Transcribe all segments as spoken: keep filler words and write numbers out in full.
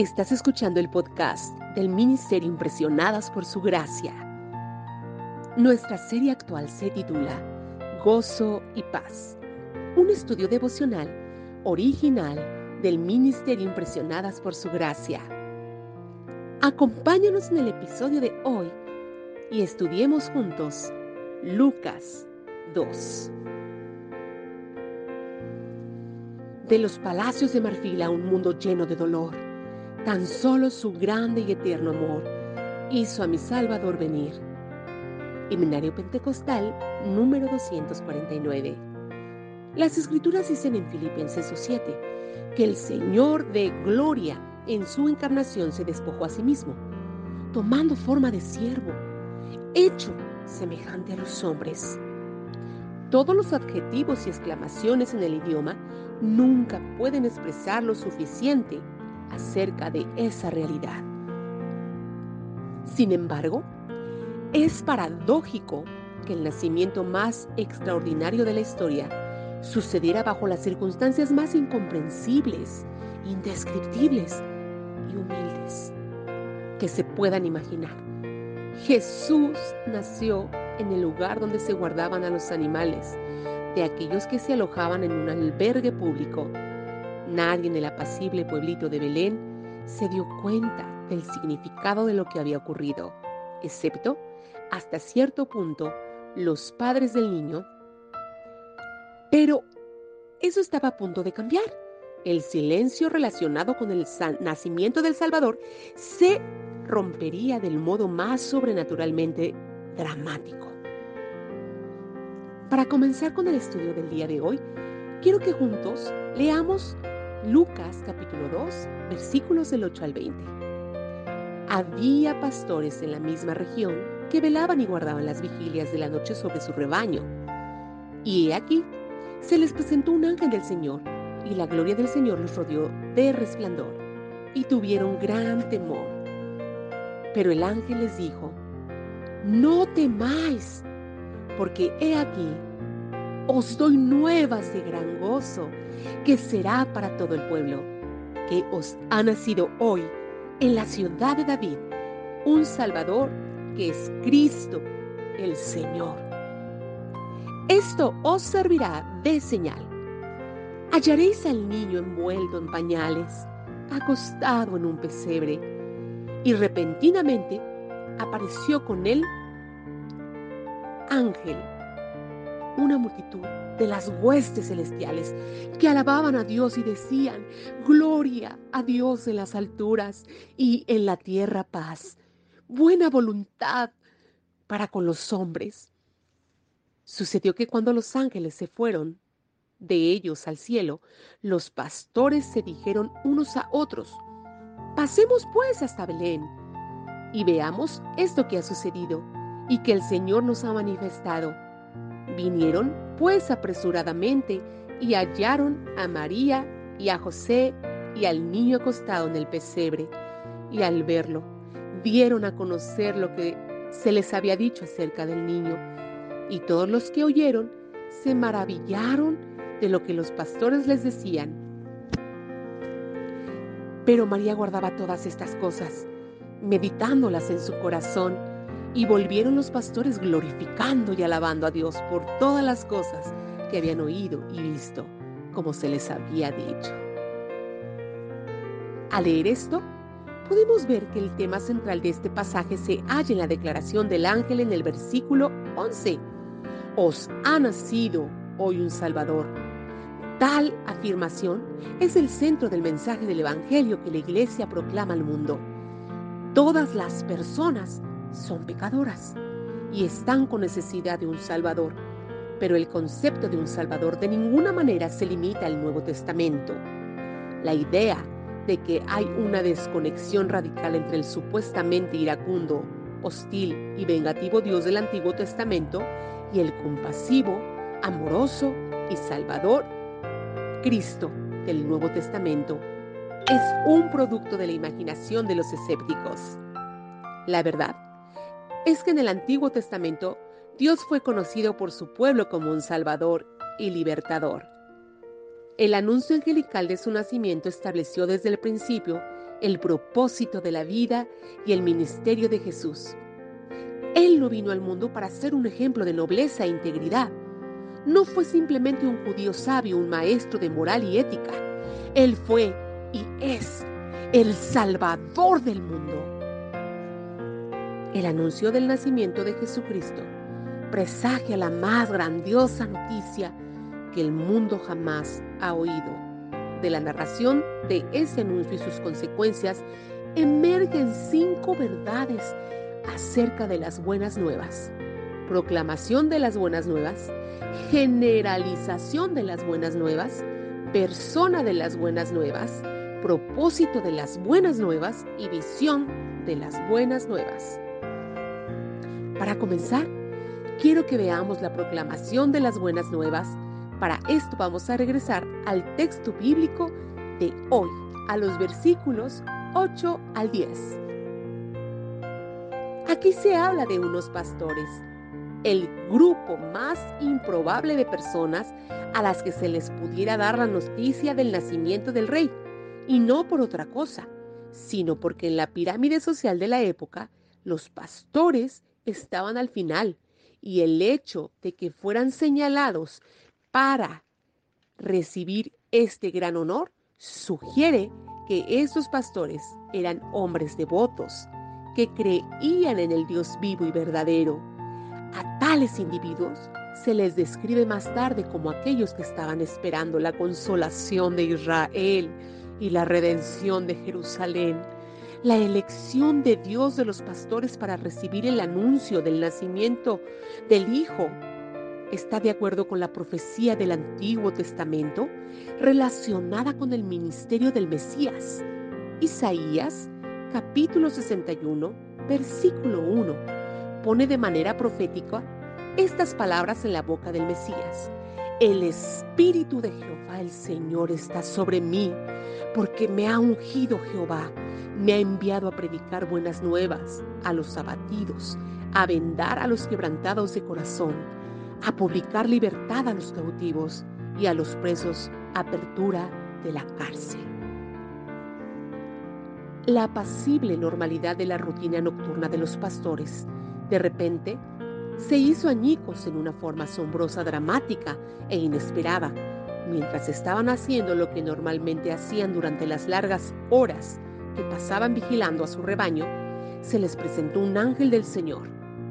Estás escuchando el podcast del Ministerio Impresionadas por Su Gracia. Nuestra serie actual se titula Gozo y Paz, un estudio devocional original del Ministerio Impresionadas por Su Gracia. Acompáñanos en el episodio de hoy y estudiemos juntos Lucas dos. De los palacios de marfil a un mundo lleno de dolor, tan solo su grande y eterno amor hizo a mi Salvador venir. Himnario Pentecostal número doscientos cuarenta y nueve. Las Escrituras dicen en Filipenses dos siete que el Señor de gloria en su encarnación se despojó a sí mismo, tomando forma de siervo, hecho semejante a los hombres. Todos los adjetivos y exclamaciones en el idioma nunca pueden expresar lo suficiente acerca de esa realidad. Sin embargo, es paradójico que el nacimiento más extraordinario de la historia sucediera bajo las circunstancias más incomprensibles, indescriptibles y humildes que se puedan imaginar. Jesús nació en el lugar donde se guardaban a los animales de aquellos que se alojaban en un albergue público. Nadie en el apacible pueblito de Belén se dio cuenta del significado de lo que había ocurrido, excepto, hasta cierto punto, los padres del niño. Pero eso estaba a punto de cambiar. El silencio relacionado con el nacimiento del Salvador se rompería del modo más sobrenaturalmente dramático. Para comenzar con el estudio del día de hoy, quiero que juntos leamos Lucas capítulo dos, versículos del ocho al veinte. Había pastores en la misma región que velaban y guardaban las vigilias de la noche sobre su rebaño. Y he aquí, se les presentó un ángel del Señor, y la gloria del Señor los rodeó de resplandor, y tuvieron gran temor. Pero el ángel les dijo: no temáis, porque he aquí, os doy nuevas de gran gozo, que será para todo el pueblo, que os ha nacido hoy en la ciudad de David un Salvador, que es Cristo el Señor. Esto os servirá de señal. Hallaréis al niño envuelto en pañales, acostado en un pesebre, y repentinamente apareció con él ángel, una multitud de las huestes celestiales que alababan a Dios y decían: gloria a Dios en las alturas y en la tierra paz, buena voluntad para con los hombres. Sucedió que cuando los ángeles se fueron de ellos al cielo, los pastores se dijeron unos a otros: pasemos pues hasta Belén y veamos esto que ha sucedido y que el Señor nos ha manifestado. Vinieron pues apresuradamente y hallaron a María y a José y al niño acostado en el pesebre, y al verlo dieron a conocer lo que se les había dicho acerca del niño, y todos los que oyeron se maravillaron de lo que los pastores les decían. Pero María guardaba todas estas cosas, meditándolas en su corazón. Y volvieron los pastores glorificando y alabando a Dios por todas las cosas que habían oído y visto, como se les había dicho. Al leer esto, podemos ver que el tema central de este pasaje se halla en la declaración del ángel en el versículo once. Os ha nacido hoy un Salvador. Tal afirmación es el centro del mensaje del Evangelio que la Iglesia proclama al mundo. Todas las personas son pecadoras y están con necesidad de un Salvador, pero el concepto de un Salvador de ninguna manera se limita al Nuevo Testamento. La idea de que hay una desconexión radical entre el supuestamente iracundo, hostil y vengativo Dios del Antiguo Testamento y el compasivo, amoroso y salvador Cristo del Nuevo Testamento es un producto de la imaginación de los escépticos. La verdad es que en el Antiguo Testamento Dios fue conocido por su pueblo como un Salvador y Libertador. El anuncio angelical de su nacimiento estableció desde el principio el propósito de la vida y el ministerio de Jesús. Él no vino al mundo para ser un ejemplo de nobleza e integridad. No fue simplemente un judío sabio, un maestro de moral y ética. Él fue y es el Salvador del mundo. El anuncio del nacimiento de Jesucristo presagia la más grandiosa noticia que el mundo jamás ha oído. De la narración de ese anuncio y sus consecuencias emergen cinco verdades acerca de las buenas nuevas: proclamación de las buenas nuevas, generalización de las buenas nuevas, persona de las buenas nuevas, propósito de las buenas nuevas y visión de las buenas nuevas. Para comenzar, quiero que veamos la proclamación de las buenas nuevas. Para esto vamos a regresar al texto bíblico de hoy, a los versículos ocho al diez. Aquí se habla de unos pastores, el grupo más improbable de personas a las que se les pudiera dar la noticia del nacimiento del rey, y no por otra cosa, sino porque en la pirámide social de la época, los pastores estaban al final, y el hecho de que fueran señalados para recibir este gran honor sugiere que estos pastores eran hombres devotos, que creían en el Dios vivo y verdadero. A tales individuos se les describe más tarde como aquellos que estaban esperando la consolación de Israel y la redención de Jerusalén. La elección de Dios de los pastores para recibir el anuncio del nacimiento del Hijo está de acuerdo con la profecía del Antiguo Testamento relacionada con el ministerio del Mesías. Isaías, capítulo sesenta y uno, versículo uno, pone de manera profética estas palabras en la boca del Mesías: el Espíritu de Jehová el Señor está sobre mí, porque me ha ungido Jehová, me ha enviado a predicar buenas nuevas a los abatidos, a vendar a los quebrantados de corazón, a publicar libertad a los cautivos y a los presos apertura de la cárcel. La apacible normalidad de la rutina nocturna de los pastores, de repente, se hizo añicos en una forma asombrosa, dramática e inesperada. Mientras estaban haciendo lo que normalmente hacían durante las largas horas que pasaban vigilando a su rebaño, se les presentó un ángel del Señor.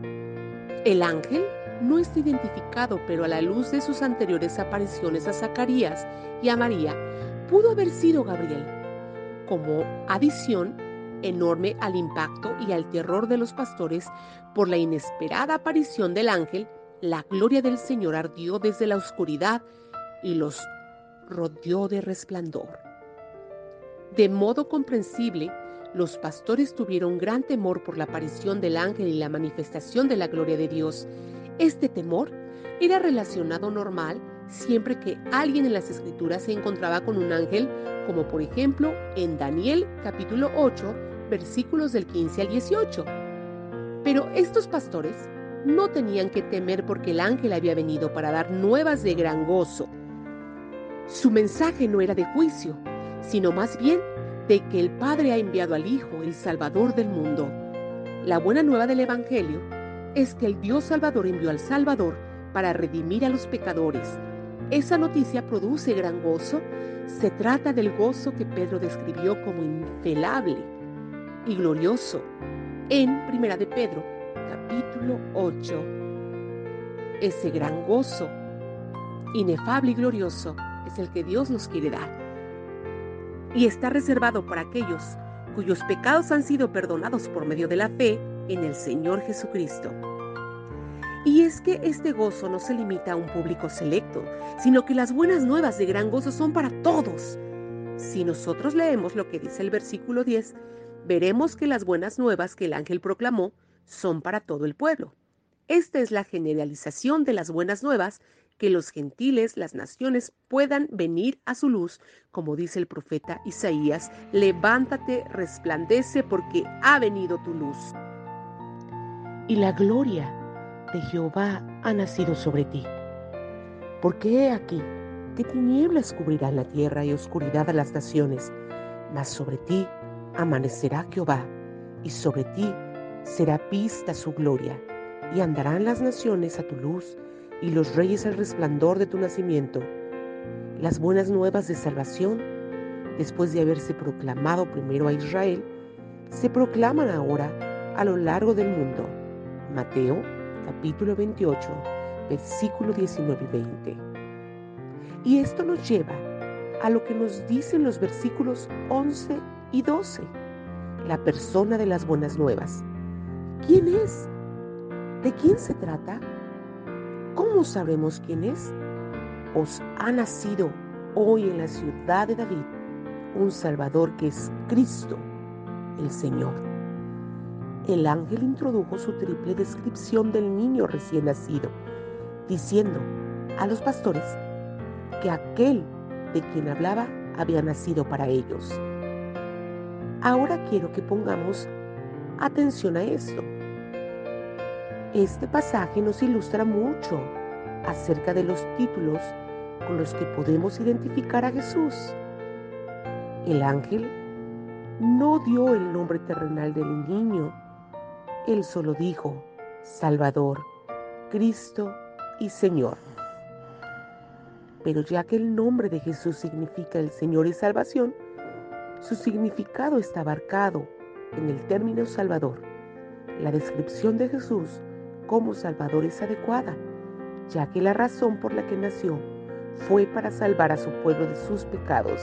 El ángel no está identificado, pero a la luz de sus anteriores apariciones a Zacarías y a María, pudo haber sido Gabriel. Como adición enorme al impacto y al terror de los pastores por la inesperada aparición del ángel, la gloria del Señor ardió desde la oscuridad y los rodeó de resplandor. De modo comprensible, los pastores tuvieron gran temor por la aparición del ángel y la manifestación de la gloria de Dios. Este temor era relacionado normal siempre que alguien en las Escrituras se encontraba con un ángel, como por ejemplo en Daniel capítulo ocho, versículos del quince al dieciocho. Pero estos pastores no tenían que temer porque el ángel había venido para dar nuevas de gran gozo. Su mensaje no era de juicio, sino más bien de que el Padre ha enviado al Hijo, el Salvador del mundo. La buena nueva del Evangelio es que el Dios Salvador envió al Salvador para redimir a los pecadores. Esa noticia produce gran gozo. Se trata del gozo que Pedro describió como infelable y glorioso en Primera de Pedro, capítulo ocho. Ese gran gozo, inefable y glorioso, es el que Dios nos quiere dar. Y está reservado para aquellos cuyos pecados han sido perdonados por medio de la fe en el Señor Jesucristo. Y es que este gozo no se limita a un público selecto, sino que las buenas nuevas de gran gozo son para todos. Si nosotros leemos lo que dice el versículo diez, veremos que las buenas nuevas que el ángel proclamó son para todo el pueblo. Esta es la generalización de las buenas nuevas, que los gentiles, las naciones, puedan venir a su luz, como dice el profeta Isaías: levántate, resplandece, porque ha venido tu luz. Y la gloria de Jehová ha nacido sobre ti. Porque he aquí que tinieblas cubrirán la tierra y oscuridad a las naciones, mas sobre ti Amanecerá Jehová, y sobre ti será vista su gloria, y andarán las naciones a tu luz, y los reyes al resplandor de tu nacimiento. Las buenas nuevas de salvación, después de haberse proclamado primero a Israel, se proclaman ahora a lo largo del mundo. Mateo capítulo veintiocho, versículo diecinueve y veinte. Y esto nos lleva a lo que nos dicen los versículos once y doce. La persona de las buenas nuevas. ¿Quién es? ¿De quién se trata? ¿Cómo sabremos quién es? Os ha nacido hoy en la ciudad de David un Salvador que es Cristo, el Señor. El ángel introdujo su triple descripción del niño recién nacido, diciendo a los pastores que aquel de quien hablaba había nacido para ellos. Ahora quiero que pongamos atención a esto. Este pasaje nos ilustra mucho acerca de los títulos con los que podemos identificar a Jesús. El ángel no dio el nombre terrenal del niño, él solo dijo Salvador, Cristo y Señor. Pero ya que el nombre de Jesús significa el Señor y salvación, su significado está abarcado en el término Salvador. La descripción de Jesús como Salvador es adecuada, ya que la razón por la que nació fue para salvar a su pueblo de sus pecados.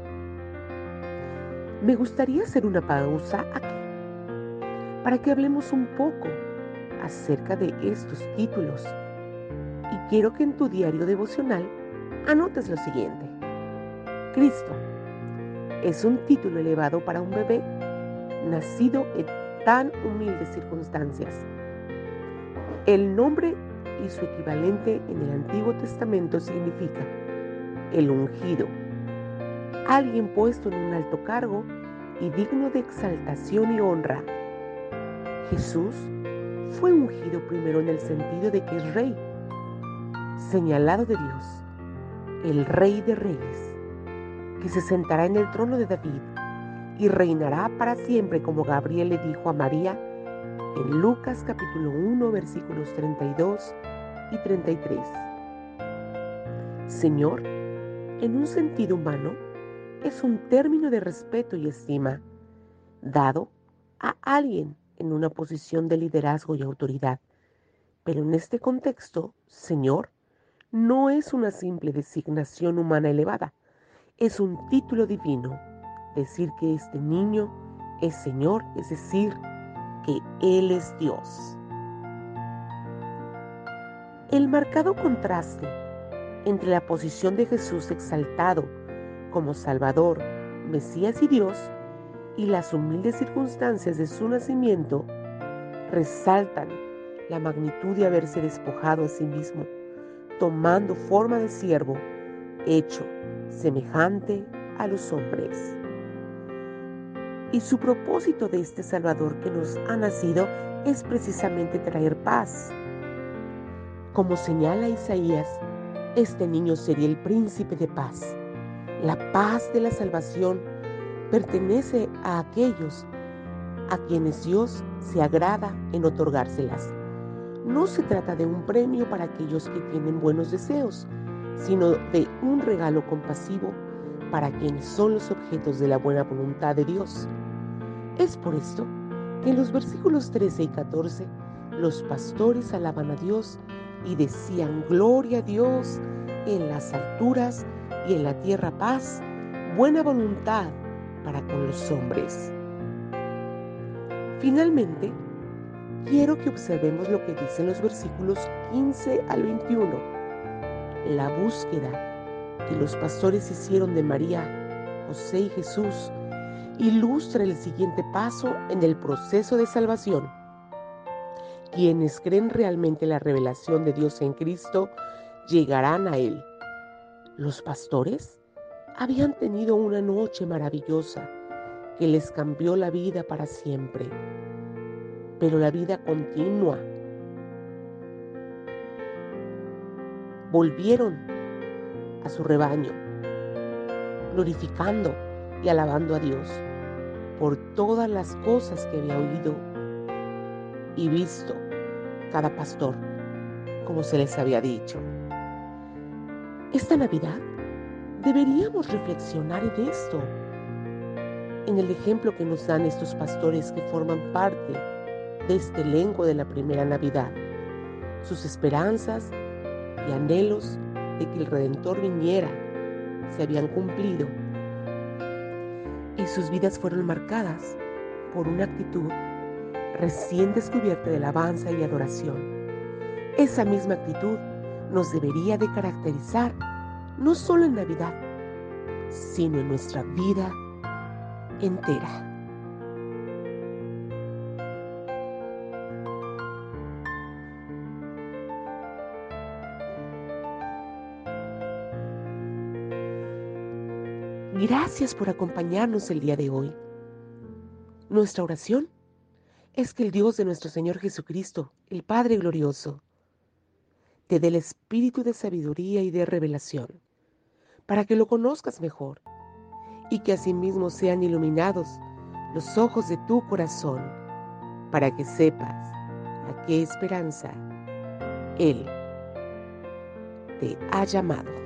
Me gustaría hacer una pausa aquí para que hablemos un poco acerca de estos títulos. Y quiero que en tu diario devocional anotes lo siguiente. Cristo es un título elevado para un bebé nacido en tan humildes circunstancias. El nombre y su equivalente en el Antiguo Testamento significa el ungido, alguien puesto en un alto cargo y digno de exaltación y honra. Jesús fue ungido primero en el sentido de que es rey, señalado de Dios, el Rey de Reyes, que se sentará en el trono de David y reinará para siempre, como Gabriel le dijo a María en Lucas capítulo uno, versículos treinta y dos y treinta y tres. Señor, en un sentido humano, es un término de respeto y estima, dado a alguien en una posición de liderazgo y autoridad. Pero en este contexto, Señor no es una simple designación humana elevada, es un título divino. Decir que este niño es Señor, es decir, que Él es Dios. El marcado contraste entre la posición de Jesús exaltado como Salvador, Mesías y Dios, y las humildes circunstancias de su nacimiento, resaltan la magnitud de haberse despojado a sí mismo, tomando forma de siervo, hecho semejante a los hombres. Y su propósito de este Salvador que nos ha nacido es precisamente traer paz. Como señala Isaías, este niño sería el príncipe de paz. La paz de la salvación pertenece a aquellos a quienes Dios se agrada en otorgárselas. No se trata de un premio para aquellos que tienen buenos deseos, sino de un regalo compasivo para quienes son los objetos de la buena voluntad de Dios. Es por esto que en los versículos trece y catorce los pastores alaban a Dios y decían: gloria a Dios en las alturas y en la tierra paz, buena voluntad para con los hombres. Finalmente, quiero que observemos lo que dicen los versículos quince al veintiuno. La búsqueda que los pastores hicieron de María, José y Jesús ilustra el siguiente paso en el proceso de salvación. Quienes creen realmente la revelación de Dios en Cristo llegarán a Él. Los pastores habían tenido una noche maravillosa que les cambió la vida para siempre. Pero la vida continua. Volvieron a su rebaño, glorificando y alabando a Dios. por todas las cosas que había oído y visto cada pastor, como se les había dicho. Esta Navidad deberíamos reflexionar en esto, en el ejemplo que nos dan estos pastores que forman parte de este elenco de la primera Navidad. Sus esperanzas y anhelos de que el Redentor viniera se habían cumplido y sus vidas fueron marcadas por una actitud recién descubierta de alabanza y adoración. Esa misma actitud nos debería de caracterizar no solo en Navidad, sino en nuestra vida entera. Gracias por acompañarnos el día de hoy. Nuestra oración es que el Dios de nuestro Señor Jesucristo, el Padre glorioso, te dé el espíritu de sabiduría y de revelación, para que lo conozcas mejor y que asimismo sean iluminados los ojos de tu corazón, para que sepas a qué esperanza Él te ha llamado.